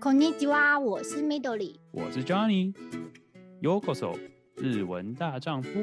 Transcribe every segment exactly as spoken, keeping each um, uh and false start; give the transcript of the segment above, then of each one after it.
こんにちは，我是 Midori， 我是 Johnny。Yokoso， 日文大丈夫。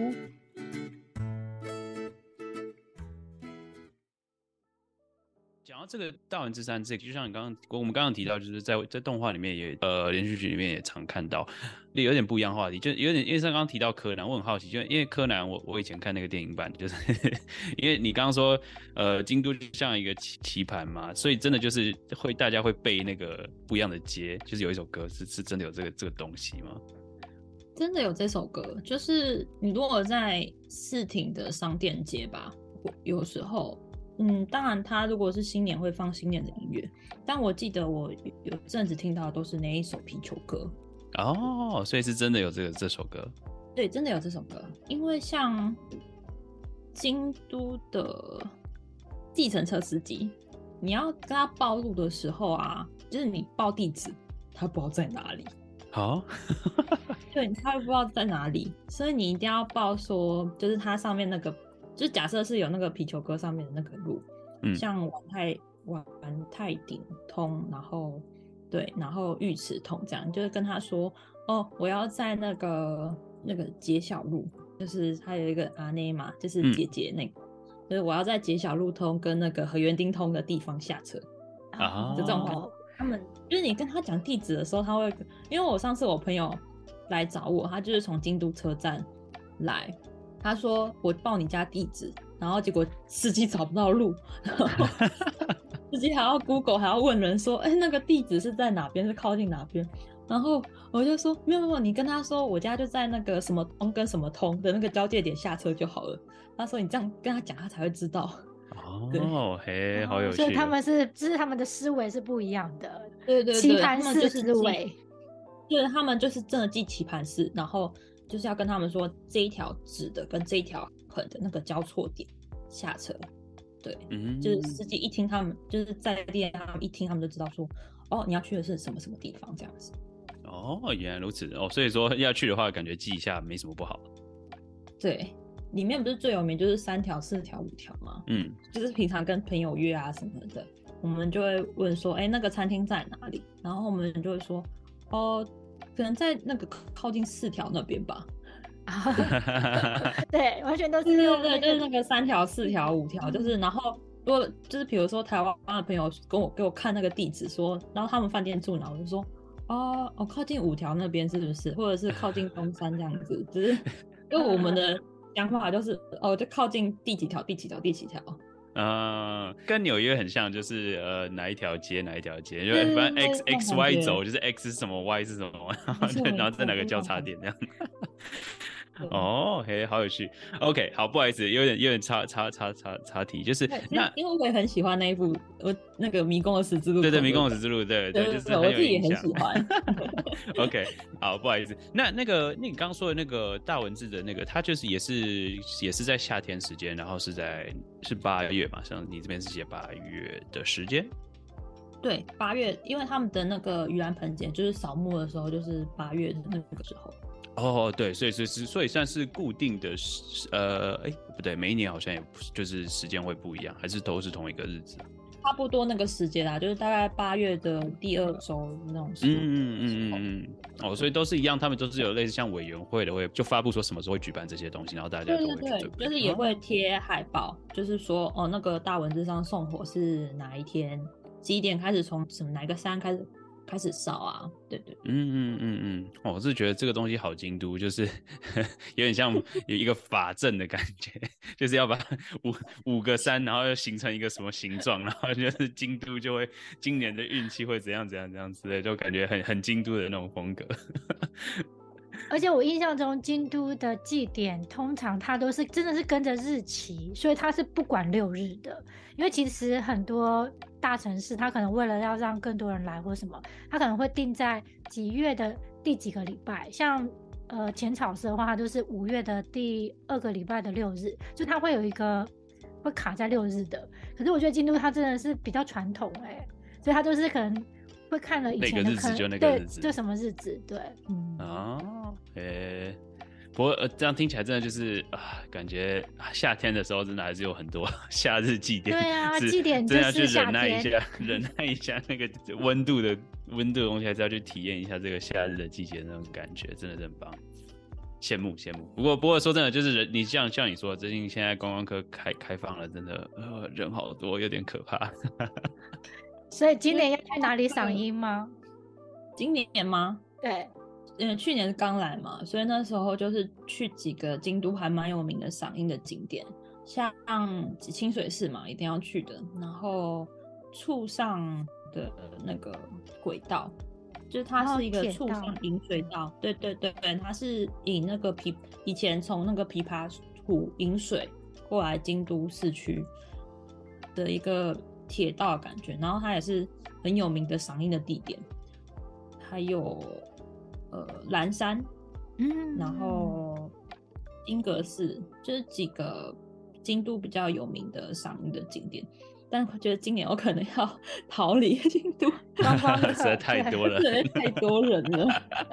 讲到这个大文之山，这个就像你刚刚我们刚刚提到，就是在在动画里面也呃连续剧里面也常看到，有点不一样的话题，就有点因为像刚刚提到柯南，我很好奇，就因为柯南我我以前看那个电影版，就是因为你刚刚说呃京都就像一个棋棋盘嘛，所以真的就是会大家会背那个不一样的街，就是有一首歌是是真的有这个这个东西吗？ 真的有这首歌，就是你如果在四町的商店街吧，有时候。嗯，当然，他如果是新年会放新年的音乐，但我记得我有阵子听到的都是那一首皮球歌。 哦，所以是真的有这个这首歌。 对，真的有这首歌，因为像京都的计程车司机，你要跟他报路的时候啊，就是你报地址，他不知道在哪里。 好， 对，他不知道在哪里，所以你一定要报说，就是它上面那个。就是假设是有那个皮球哥上面的那个路，嗯、像丸太丸太顶通，然后对，然后玉池通这样，就是跟他说，哦，我要在那个那个街小路，就是他有一个阿内嘛，就是姐姐那个，嗯、就是我要在街小路通跟那个河原町通的地方下车，啊，就这种感觉。他们就是你跟他讲地址的时候，他会，因为我上次我朋友来找我，他就是从京都车站来。他说我报你家地址，然后结果司机找不到路，然后司机还要 Google 还要问人说，哎、欸，那个地址是在哪边，是靠近哪边？然后我就说没有没有，你跟他说我家就在那个什么通跟什么通的那个交界点下车就好了。他说你这样跟他讲，他才会知道。 哦，嘿，好有趣。 所以他们是，就是他们的思维是不一样的。 对对对， 棋盘式思维。 对，他们就是真的记棋盘式，然后。就是要跟他们说这一条直的跟这一条横的那个交错点下车，对，嗯、就是司机一听他们就是在店，他们一听他们就知道说，哦，你要去的是什么什么地方这样子。 哦，原来如此哦，所以说要去的话，感觉记一下没什么不好。 对，里面不是最有名就是三条、四条、五条吗？嗯，就是平常跟朋友约啊什么的，我们就会问说，哎、欸，那个餐厅在哪里？然后我们就会说，哦。可能在那个靠近四条那边吧， 对，完全都是对对对，就是那个三条、四条、五条，就是然后如果就是比如说台湾的朋友跟我给我看那个地址说，然后他们饭店住哪，我就说哦哦靠近五条那边是不是，或者是靠近东山这样子，只是因为我们的想法就是哦就靠近第几条、第几条、第几条。 呃，跟纽约很像，就是呃哪一条街哪一条街，就反正 x x y 轴就是 x 是什么 y 是什么，然后然后在哪个交叉点这样。哦，嘿，好有趣。OK， 好，不好意思，有点有点插插插插插题，就是那因为我也很喜欢那一部，我那个迷宫的十字路， 对对，迷宫的十字路，对 对, 对，就是很有印象。 我自己也很喜欢。 OK， 好，不好意思，那那个那你刚刚说的那个大文字的那个，它就是也是也是在夏天时间，然后是在是八月嘛，像你这边是写八月的时间。 对，八月，因为他们的那个盂兰盆节就是扫墓的时候，就是八月的那个时候。 哦，对，所以是所以算是固定的，呃，哎，不对，每一年好像也不是，就是时间会不一样，还是都是同一个日子？ 差不多那个时间啦，就是大概八月的第二周那种时候。嗯嗯嗯嗯嗯。哦，所以都是一样，他们都是有类似像委员会的，会就发布说什么时候会举办这些东西，然后大家都会去。 对对对，就是也会贴海报，哦、就是说哦，那个大文字上送火是哪一天，几点开始，从什么哪个山开始。开始烧啊，对对， 嗯嗯嗯嗯，哦，我是觉得这个东西好京都，就是有点像有一个法阵的感觉，就是要把五五个山，然后又形成一个什么形状，然后就是京都就会今年的运气会怎样怎样怎样之类，就感觉很很京都的那种风格。 而且我印象中京都的祭典通常它都是真的是跟着日期，所以它是不管六日的。因为其实很多大城市它可能为了要让更多人来或什么，它可能会定在几月的第几个礼拜，像呃浅草寺的话它就是五月的第二个礼拜的六日，就它会有一个会卡在六日的。可是我觉得京都它真的是比较传统欸，所以它就是可能会看了以前的， 那个日子就那个日子， 对，就什么日子，对，嗯哦，诶、欸， 不过、呃、这样听起来真的就是啊，感觉夏天的时候真的还是有很多夏日祭典。 对啊，祭典真的要去就是夏忍耐一天。 下，忍耐一下那个温度的温度的东西，还是要去体验一下这个夏日的季节那种感觉，真的是很棒。羡慕羡慕。不过不过说真的，就是人你像像你说的，最近现在观光客开开放了，真的呃人好多，有点可怕。 所以今年要去哪里赏樱吗？ 今年吗？ 对， 嗯，去年刚来嘛，所以那时候就是去几个京都还蛮有名的赏樱的景点，像清水寺嘛，一定要去的。然后簇上的那个轨道，就是它是一个簇上引水道，对对对对，它是引那个琵以前从那个琵琶湖引水过来京都市区的一个铁道的感觉，然后它也是很有名的赏樱的地点，还有呃岚山，嗯，然后金阁寺，就是几个京都比较有名的赏樱的景点。但我觉得今年我可能要逃离京都， 观光实在太多了， 实在太多人了，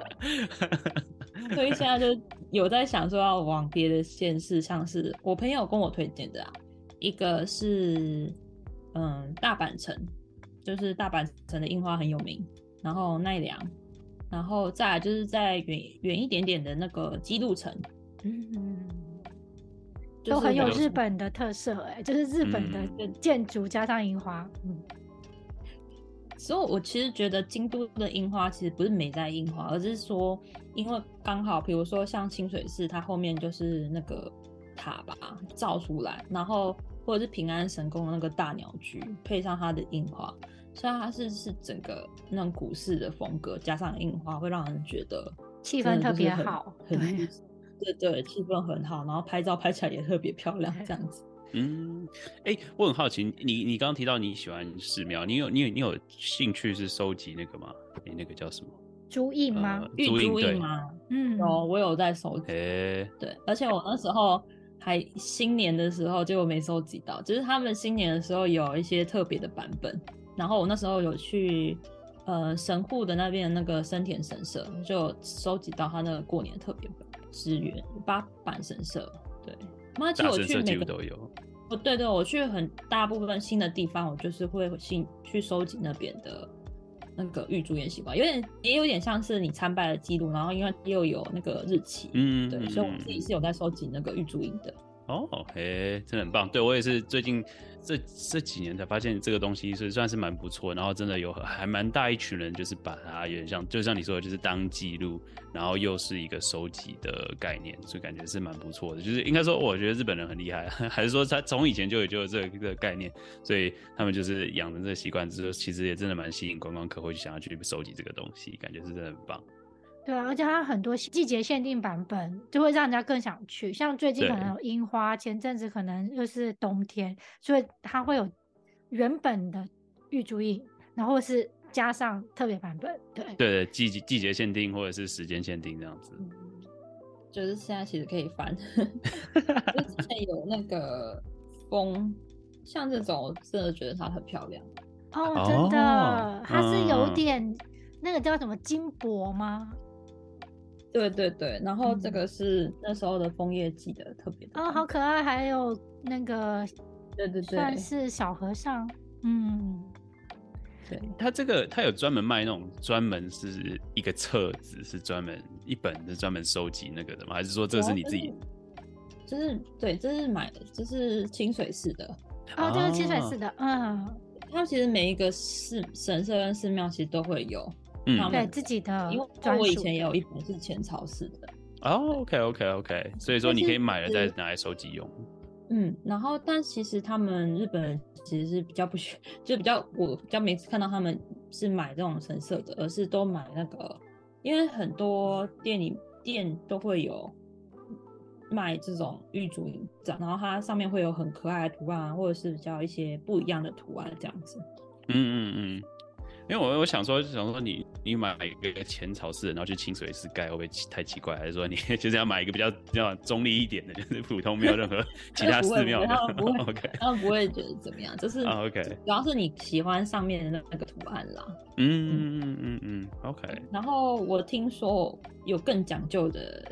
所以现在就有在想说要往别的县市，像是我朋友跟我推荐的啊，一个是嗯大阪城，就是大阪城的樱花很有名，然后奈良，然后再来就是在远远一点点的那个姬路城， 嗯。 就是、 都很有日本的特色哎、欸，就是日本的建筑加上樱花，嗯。 所以，我其实觉得京都的樱花其实不是美在樱花，而是说，因为刚好，比如说像清水寺，它后面就是那个塔吧照出来，然后或者是平安神宫的那个大鸟居，配上它的樱花，所以它是是整个那种古式的风格，加上樱花，会让人觉得气氛特别好， 很很对对，气氛很好，然后拍照拍起来也特别漂亮，这样子。 嗯，哎、欸，我很好奇，你你刚刚提到你喜欢寺庙，你有你有你有兴趣是收集那个吗？你那个叫什么？ 朱印吗？ 玉朱印吗？嗯，有，我有在收集。 欸、 对，而且我那时候还新年的时候，结果没收集到，就是他们新年的时候有一些特别的版本，然后我那时候有去呃神户的那边的那个生田神社，就收集到他那个过年的特别版。支援八坂神社，对，那其实我去每个都有。 哦，对对，我去很大部分新的地方，我就是会去收集那边的那个玉珠岩习惯，有点也有点像是你参拜的记录，然后因为又有那个日期，嗯，对，所以我自己是有在收集那个玉珠印的。 哦，嘿，真的很棒。对，我也是最近这这几年才发现这个东西是算是蛮不错，然后真的有还蛮大一群人就是把它有点像，就像你说的，就是当记录，然后又是一个收集的概念，所以感觉是蛮不错的。就是应该说，我觉得日本人很厉害，还是说他从以前就有就有这个这个概念，所以他们就是养成这个习惯之后，其实也真的蛮吸引观光客会去想要去收集这个东西，感觉是真的很棒。 对啊，而且它很多季节限定版本就会让人家更想去，像最近可能有樱花，前阵子可能又是冬天，所以它会有原本的玉珠印，然后是加上特别版本，对对对，季季节限定或者是时间限定这样子。 嗯，就是现在其实可以翻，就之前有那个风，像这种我真的觉得它很漂亮哦，真的，它是有点、嗯、那个叫什么金箔吗？ 对对对，然后这个是那时候的枫叶季的特别的哦，好可爱，还有那个， 对对对， 算是小和尚，嗯， 对， 他这个他有专门卖那种专门是一个册子，是专门一本是专门收集那个的吗？还是说这是你自己？ 就是、就是、对，这是买的，这是清水寺的。 哦，这是清水寺的，嗯， 他其实每一个寺神社跟寺庙其实都会有。 嗯， 对自己的， 因为我以前也有一本是浅草寺的。 哦 ，OK OK OK， 所以说你可以买了再拿来收集用。 嗯，然后但其实他们日本人其实是比较不喜，就比较我比较没看到他们是买这种神社的，而是都买那个，因为很多店里店都会有卖这种玉竹印，然后它上面会有很可爱的图案，或者是比较一些不一样的图案这样子。 嗯嗯嗯。因为我我想说，想说你你买一个浅草寺，然后去清水寺盖，会不会太奇怪？还是说你就是要买一个比较比较中立一点的，就是普通没有任何其他寺庙的？ 他们不会， okay. 他们不会觉得怎么样，就是、 oh, OK， 主要是你喜欢上面的那个图案啦。 嗯嗯嗯嗯嗯 ，OK。 然后我听说有更讲究的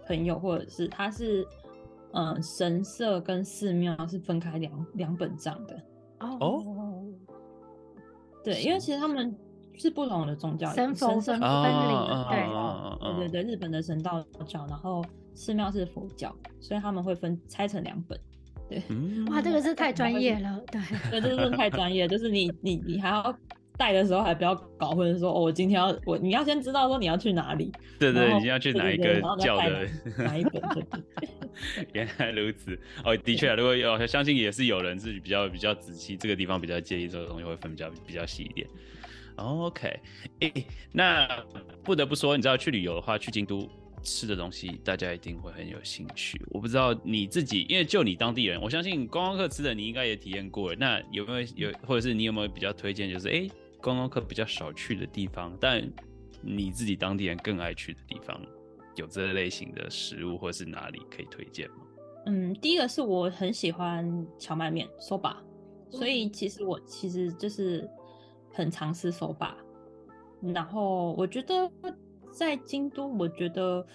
朋友，或者是他是呃神社跟寺庙是分开两两本账的。 哦， 对，因为其实他们是不同的宗教， 神佛分分离，对对对对，日本的神道教，然后寺庙是佛教，所以他们会分拆成两本。对， 哇，这个是太专业了，对， 对，这是太专业，就是你你你还要带的时候还不要搞混，说哦，我今天要我你要先知道说你要去哪里， 对对，你要去哪一个教的哪一本，对原来如此哦，的确，如果有相信也是有人是比较比较仔细，这个地方比较介意这个东西会分比较比较细一点。OK， 哎、欸，那不得不说，你知道去旅游的话，去京都吃的东西，大家一定会很有兴趣。我不知道你自己，因为就你当地人，我相信观光客吃的你应该也体验过了。那有没有有，或者是你有没有比较推荐，就是哎、欸，观光客比较少去的地方，但你自己当地人更爱去的地方，有这类型的食物，或是哪里可以推荐吗？ 嗯，第一个是我很喜欢荞麦面 soba， 所以其实我其实就是很常吃 soba。然后我觉得在京都，我觉得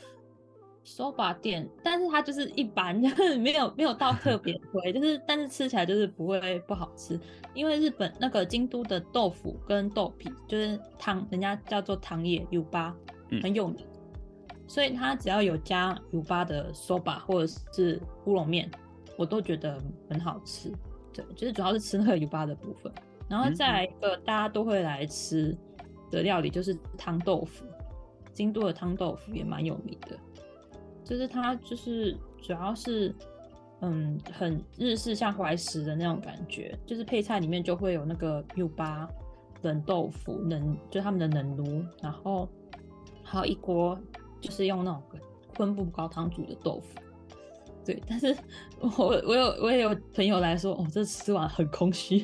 soba 店，但是它就是一般，就是没有没有到特别推，就是但是吃起来就是不会不好吃，因为日本那个京都的豆腐跟豆皮就是汤，人家叫做汤叶 yuba， 很有名。嗯，所以它只要有加油巴的 soba 或者是乌龙面，我都觉得很好吃。对，就是主要是吃那个油巴的部分。然后再来一个大家都会来吃的料理就是汤豆腐，京都的汤豆腐也蛮有名的。就是它就是主要是嗯很日式像怀石的那种感觉，就是配菜里面就会有那个油巴冷豆腐冷，就他们的冷炉，然后还有一锅就是用那种昆布高汤煮的豆腐。对，但是我我有我也有朋友来说，哦，这吃完很空虚。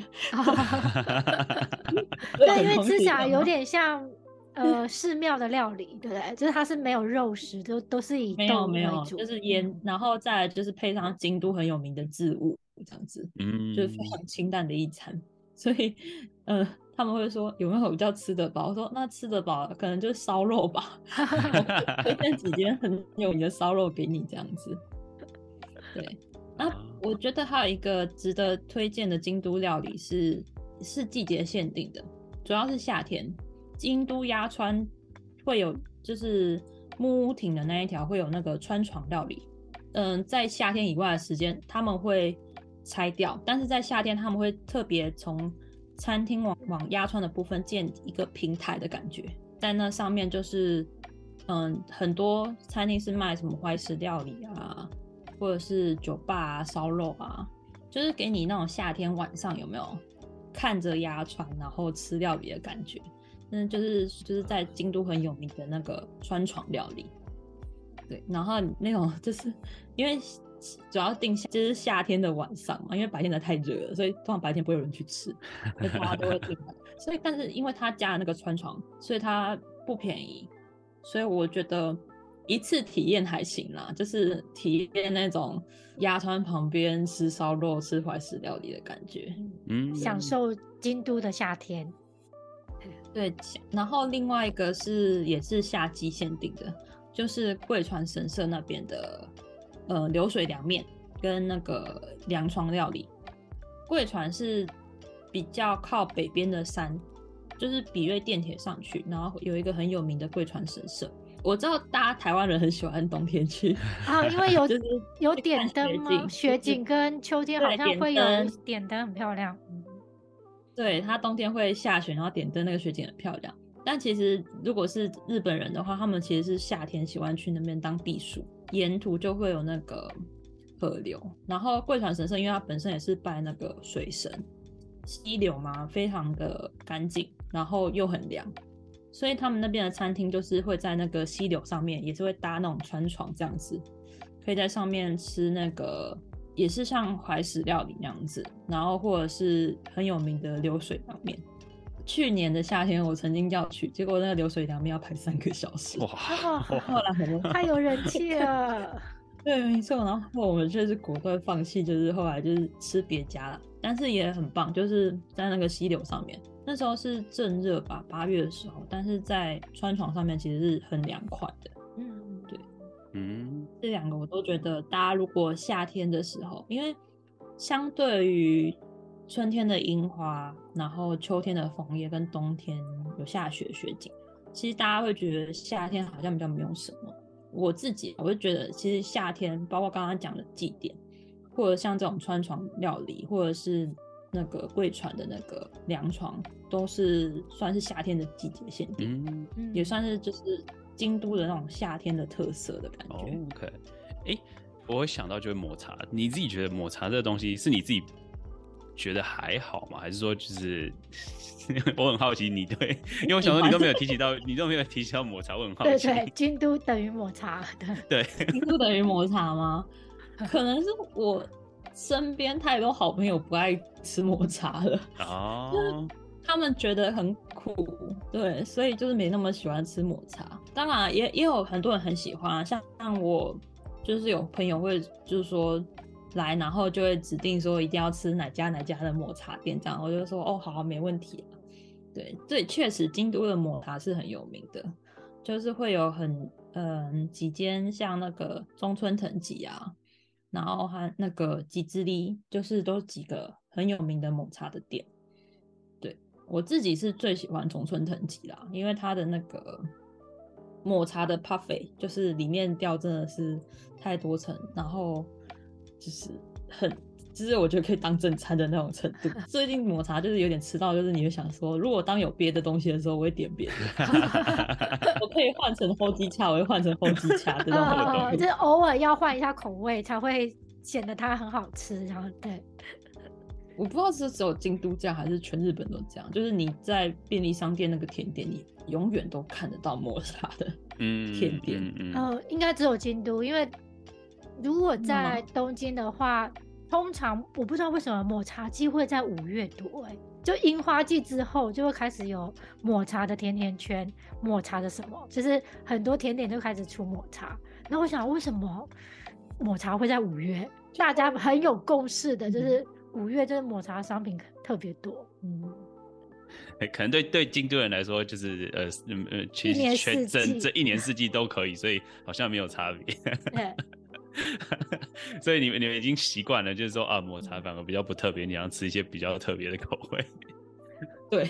对，因为吃起来有点像呃寺庙的料理，对不对？就是它是没有肉食，都都是以豆为主， 就是腌，嗯，然后再来就是配上京都很有名的漬物，这样子，嗯，就是非常清淡的一餐。所以，呃，他们会说有没有比较吃得饱？我说那吃得饱可能就是烧肉吧。我推荐几间很有名的烧肉给你，这样子。对，那我觉得还有一个值得推荐的京都料理是是季节限定的，主要是夏天。京都鸭川会有，就是木屋町的那一条会有那个川床料理。嗯，在夏天以外的时间他们会拆掉，但是在夏天他们会特别从餐厅往往鸭川的部分建一个平台的感觉，在那上面就是嗯很多餐厅是卖什么怀石料理啊，或者是酒吧啊、烧肉啊，就是给你那种夏天晚上有没有看着鸭川然后吃料理的感觉。那就是就是在京都很有名的那个川床料理。对，然后那种就是因为主要定就是夏天的晚上嘛，因为白天的太热了，所以通常白天不会有人去吃，所以大家都会订。所以但是因为他加了那个川床，所以它不便宜，所以我觉得一次体验还行啦，就是体验那种鸭川旁边吃烧肉吃怀石料理的感觉， 嗯，享受京都的夏天。 对，然后另外一个是也是夏季限定的，就是贵船神社那边的呃流水凉面跟那个凉床料理。贵船是比较靠北边的山，就是比瑞电铁上去，然后有一个很有名的贵船神社。我知道大家台湾人很喜欢冬天去啊，因为有就是有点灯吗？雪景跟秋天好像会有点灯，很漂亮。 对，它冬天会下雪，然后点灯，那个雪景很漂亮。但其实如果是日本人的话，他们其实是夏天喜欢去那边当避暑，沿途就会有那个河流。然后贵船神社因为它本身也是拜那个水神，溪流嘛，非常的干净，然后又很凉，所以他们那边的餐厅就是会在那个溪流上面，也是会搭那种川床这样子，可以在上面吃那个也是像怀石料理那样子，然后或者是很有名的流水凉面。去年的夏天我曾经要去，结果那个流水凉面要排三个小时。哇，后来我们太有人气了。 对，没错。然后我们就是果断放弃，就是后来就是吃别家了，但是也很棒，就是在那个溪流上面。那时候是正热吧，八月的时候，但是在川床上面其实是很凉快的。嗯，对。 嗯，这两个我都觉得，大家如果夏天的时候，因为相对于春天的樱花，然后秋天的枫叶跟冬天有下雪雪景，其实大家会觉得夏天好像比较没有什么。我自己我就觉得，其实夏天包括刚刚讲的祭典，或者像这种川床料理，或者是那个贵船的那个凉床，都是算是夏天的季节限定，嗯、也算是就是京都的那种夏天的特色的感觉。 哦、OK， 哎、欸，我会想到就是抹茶，你自己觉得抹茶这个东西是你自己觉得还好吗？还是说就是我很好奇你对，因为我想说你都没有提起到，你都没有提起到抹茶，我很好奇。 对对，京都等于抹茶， 对， 京都等于抹茶吗？可能是我身边太多好朋友不爱吃抹茶了，哦，就是他们觉得很苦，对，所以就是没那么喜欢吃抹茶。当然也也有很多人很喜欢，像我就是有朋友会就是说来，然后就会指定说一定要吃哪家哪家的抹茶店，这样我就说哦好，没问题啊。对对，确实京都的抹茶是很有名的，就是会有很嗯几间像那个中村藤吉啊，然后和那个吉之力，就是都几个很有名的抹茶的店。对，我自己是最喜欢中村藤吉啦，因为它的那个抹茶的 parfait 就是里面料真的是太多层，然后就是很就是我觉得可以当正餐的那种程度。最近抹茶就是有点吃到，就是你会想说，如果当有别的东西的时候，我会点别的。我可以换成后鸡恰，我会换成后鸡恰这种活动。 就是偶尔要换一下口味，才会显得它很好吃。然后对， 我不知道是只有京都这样，还是全日本都这样。就是你在便利商店那个甜点，你永远都看得到抹茶的甜点。嗯嗯嗯呃，应该只有京都，因为如果在东京的话。通常我不知道为什么抹茶季会在五月多、欸，就樱花季之后就会开始有抹茶的甜甜圈，抹茶的什么，就是很多甜点就开始出抹茶。然后我想，为什么抹茶会在五月？大家很有共识的，就是五月就是抹茶商品特别多。嗯， 可能对对京都人来说，就是呃呃，其实全整这一年四季都可以，所以好像没有差别。对。所以你们你们已经习惯了，就是说啊，抹茶反而比较不特别，你要吃一些比较特别的口味。 对，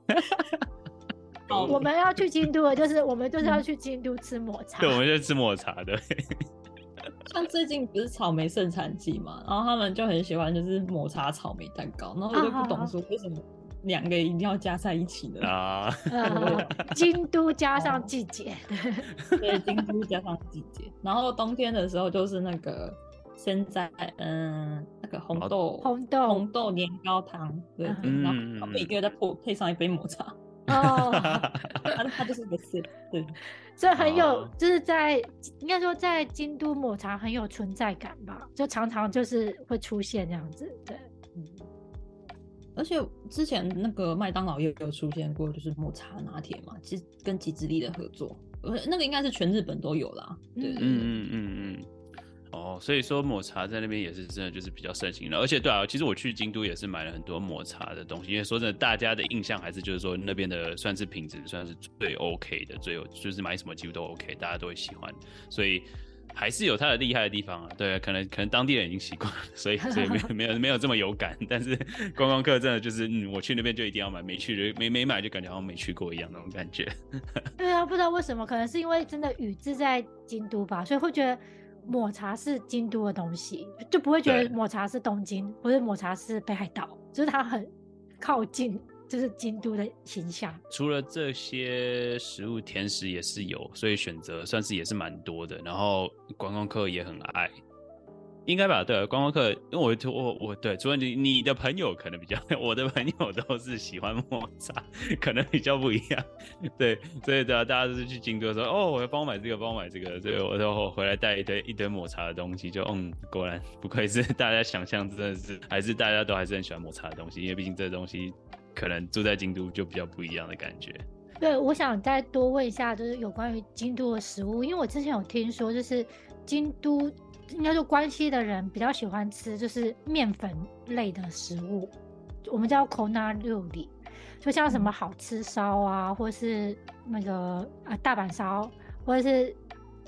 我们要去京都的，就是我们就是要去京都吃抹茶。 对，我们就吃抹茶的。 像最近不是草莓盛产季嘛，然后他们就很喜欢就是抹茶草莓蛋糕，然后我就不懂说为什么两个一定要加在一起呢？啊， 呃，京都加上季节， 对，京都加上季节。然后冬天的时候就是那个现在嗯那个红豆红豆红豆年糕汤，对对，嗯、然后他们一个再配配上一杯抹茶。 哦， 它它就是一个 set， 对， 所以很有，哦、就是在应该说在京都抹茶很有存在感吧，就常常就是会出现这样子，对，嗯。 而且之前那个麦当劳也有出现过，就是抹茶拿铁嘛，其实跟吉之力的合作，那个应该是全日本都有啦。对对对，嗯嗯嗯嗯。哦，所以说抹茶在那边也是真的就是比较盛行的，而且对啊，其实我去京都也是买了很多抹茶的东西，因为说真的，大家的印象还是就是说那边的算是品质算是最 OK 的，最有就是买什么几乎都 OK， 大家都会喜欢，所以还是有它的厉害的地方啊。对，可能可能当地人已经习惯了，所以所以没有没有没有这么有感，但是观光客真的就是嗯，我去那边就一定要买，没去就没没买就感觉好像没去过一样那种感觉。 对啊，不知道为什么，可能是因为真的宇治在京都吧，所以会觉得。抹茶是京都的东西，就不会觉得抹茶是东京，或者抹茶是北海道，就是它很靠近，就是京都的形象。 除了这些食物，甜食也是有，所以选择算是也是蛮多的。然后观光客也很爱，应该吧？对，观光客，因为我我我对，除了你你的朋友可能比较，我的朋友都是喜欢抹茶，可能比较不一样。对，所以对啊，大家都是去京都说，哦，我要帮我买这个，帮我买这个，所以我然后回来带一堆一堆抹茶的东西，就嗯，果然不愧是大家想象，真的是还是大家都还是很喜欢抹茶的东西，因为毕竟这个东西可能住在京都就比较不一样的感觉。 对，我想再多问一下，就是有关于京都的食物，因为我之前有听说，就是京都。应该说关西的人比较喜欢吃就是面粉类的食物，我们叫口纳料理，就像什么好吃烧啊，或是那个、呃、大阪烧，或者是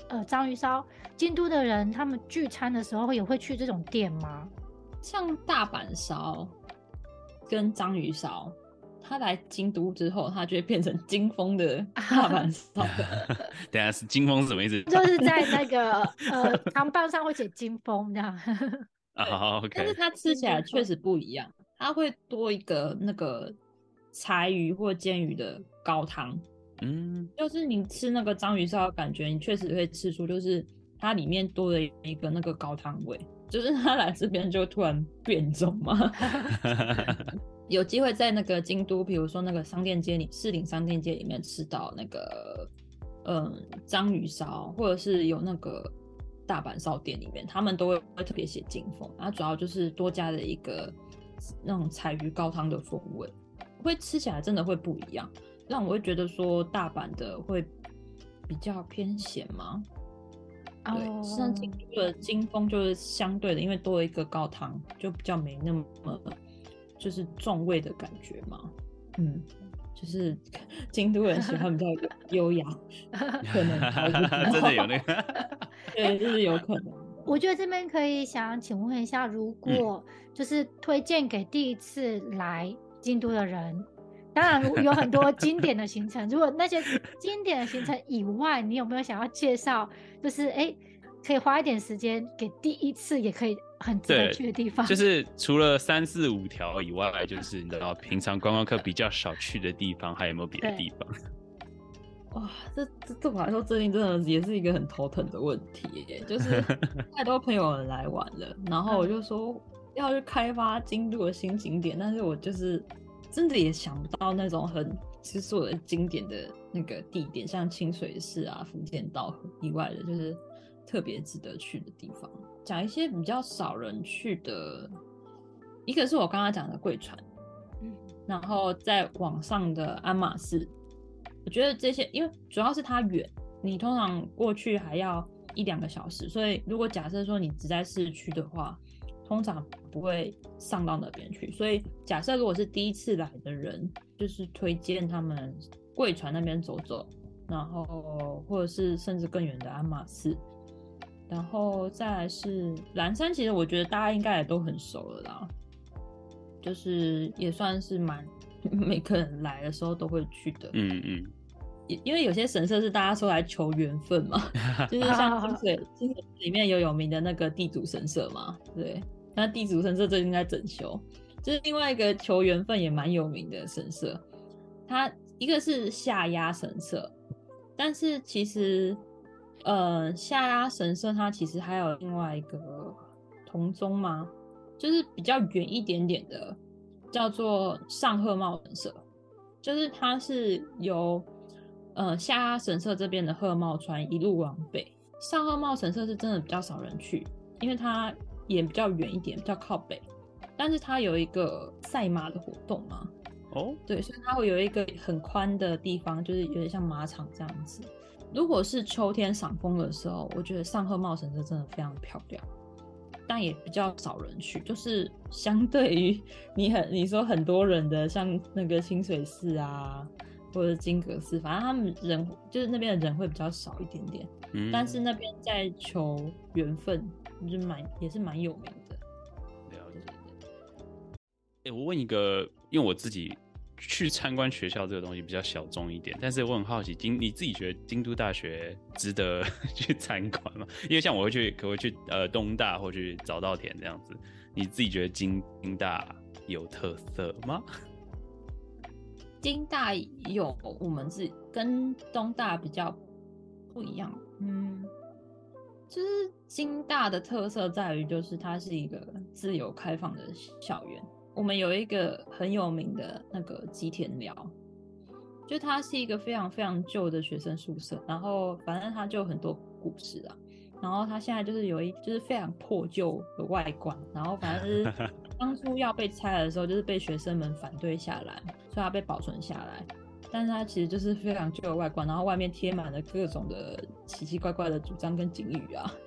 呃章鱼烧，京都的人他们聚餐的时候也会去这种店吗？ 像大阪烧跟章鱼烧，他来京都之后，他就会变成金峰的大阪烧。 等一下是金峰什么意思？ 就是在那个呃扛棒上会写金峰这样。 啊、oh, ，OK。 但是它吃起来确实不一样，它会多一个那个柴鱼或煎鱼的高汤。嗯，就是你吃那个章鱼烧，感觉你确实会吃出，就是它里面多了一个那个高汤味，就是它来这边就突然变种嘛。有机会在那个京都，比如说那个商店街里，士林商店街里面吃到那个嗯章鱼烧，或者是有那个大阪烧店里面，他们都会特别写金峰，它主要就是多加了一个那种柴鱼高汤的风味，会吃起来真的会不一样，让我会觉得说大阪的会比较偏咸吗？对，像京都的金峰就是相对的，因为多了一个高汤，就比较没那么就是重味的感觉嘛。嗯，就是京都人喜欢比较优雅，可能真的有那个， 对，就是有可能。 我觉得这边可以想请问一下，如果就是推荐给第一次来京都的人，当然有很多经典的行程，如果那些经典的行程以外，你有没有想要介绍，就是哎，可以花一点时间给第一次也可以很值得去的地方？ 就是除了三四五条以外，就是你知道平常观光客比较少去的地方，还有没有别的地方？ 哇，这这对我来说最近真的也是一个很头疼的问题耶，就是太多朋友来玩了，然后我就说要去开发京都的新景点，但是我就是真的也想不到那种很其实我的经典的那个地点，像清水寺啊、福建道河以外的，就是特别值得去的地方。讲一些比较少人去的，一个是我刚刚讲的贵船，然后在往上的鞍马寺。我觉得这些，因为主要是它远，你通常过去还要一两个小时，所以如果假设说你只在市区的话，通常不会上到那边去。所以假设如果是第一次来的人，就是推荐他们贵船那边走走，然后或者是甚至更远的鞍马寺，然后再来是岚山，其实我觉得大家应该也都很熟了啦，就是也算是蛮每个人来的时候都会去的。嗯嗯。因为有些神社是大家说来求缘分嘛，就是像清水清水里面有有名的那个地主神社嘛，对，那地主神社最近在整修，就是另外一个求缘分也蛮有名的神社，它一个是下鸭神社，但是其实呃下鸭神社它其实还有另外一个同宗嘛，就是比较远一点点的，叫做上鹤茂神社，就是它是由呃，下鸭神社这边的鹤茂川一路往北，上鹤茂神社是真的比较少人去，因为它也比较远一点，比较靠北。但是它有一个赛马的活动嘛，哦，对，所以它会有一个很宽的地方，就是有点像马场这样子。如果是秋天赏枫的时候，我觉得上鹤茂神社真的非常漂亮，但也比较少人去，就是相对于你很你说很多人的，像那个清水寺啊。或者金阁寺，反正他们人就是那边的人会比较少一点点，嗯、但是那边在求缘分，就是蛮也是蛮有名的。 了解。欸，我问一个，因为我自己去参观学校这个东西比较小众一点，但是我很好奇，京你自己觉得京都大学值得去参观吗？因为像我会去，可会去呃东大或去早稻田这样子，你自己觉得京京大有特色吗？ 京大有我们自己跟东大比较不一样，嗯，就是京大的特色在于，就是它是一个自由开放的校园。我们有一个很有名的那个吉田寮，就它是一个非常非常旧的学生宿舍，然后反正它就有很多故事啊。然后它现在就是有一就是非常破旧的外观，然后反正是当初要被拆的时候，就是被学生们反对下来，所以它被保存下来。但是它其实就是非常旧的外观，然后外面贴满了各种的奇奇怪怪的主张跟警语啊。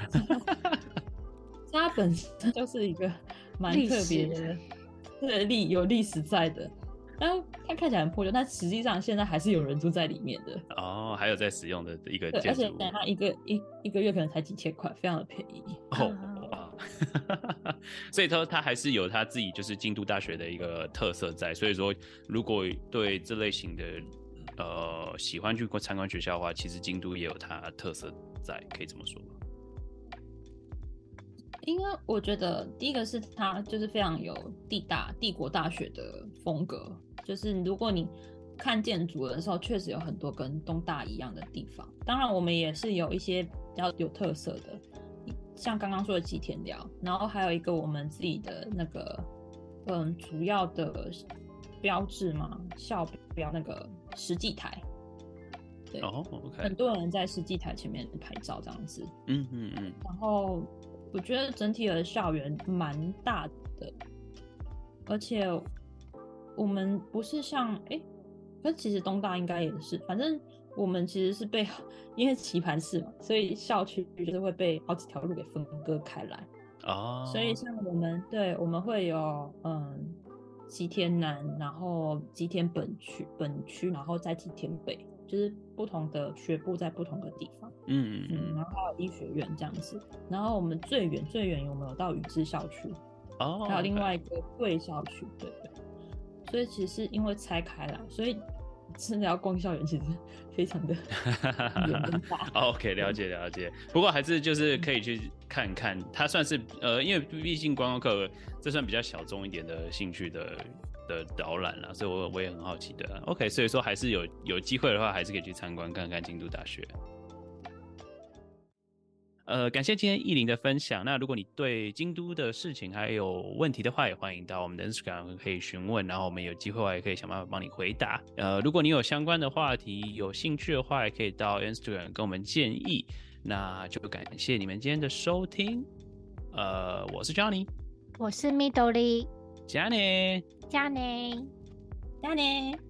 它本身就是一个蛮特别的，对历有历史在的。 但它看起来很破旧，但实际上现在还是有人住在里面的。 哦，还有在使用的一个对， 建筑物， 而且它一个一一个月可能才几千块，非常的便宜。 哦哇，所以说它还是有它自己就是京都大学的一个特色在。所以说，如果对这类型的呃喜欢去参观学校的话，其实京都也有它特色在，可以这么说吗？ 应该我觉得第一个是它就是非常有帝大帝国大学的风格，就是如果你看建筑的时候，确实有很多跟东大一样的地方。当然，我们也是有一些比较有特色的，像刚刚说的吉田寮，然后还有一个我们自己的那个嗯主要的标志嘛，校标那个石祭台。对， 哦、oh, OK， 很多人在石祭台前面拍照这样子。 嗯嗯嗯， 然后我觉得整体的校园蛮大的，而且我们不是像哎，可是其实东大应该也是，反正我们其实是被因为棋盘式嘛，所以校区就是会被好几条路给分割开来。 哦， 所以像我们对我们会有嗯吉田南，然后吉田本区本区，然后再吉田北。就是不同的学部在不同的地方， 嗯嗯，然后还有医学院这样子，然后我们最远最远有没有到宇治校区？ 哦， 还有另外一个贵校区，对对。所以其实因为拆开了，所以真的要逛校园其实非常的远跟大。 OK， 了解了解。不过还是就是可以去看看，它算是呃，因为毕竟观光客这算比较小众一点的兴趣的。的导览啦，所以我我也很好奇的。OK， 所以说还是有有机会的话，还是可以去参观看看京都大学。呃，感谢今天艺林的分享。那如果你对京都的事情还有问题的话，也欢迎到我们的 Instagram 可以询问，然后我们有机会的话也可以想办法帮你回答。呃，如果你有相关的话题有兴趣的话，也可以到 Instagram 跟我们建议。那就感谢你们今天的收听。呃，我是 Johnny， 我是 Midori， 加内。 加内， 加内。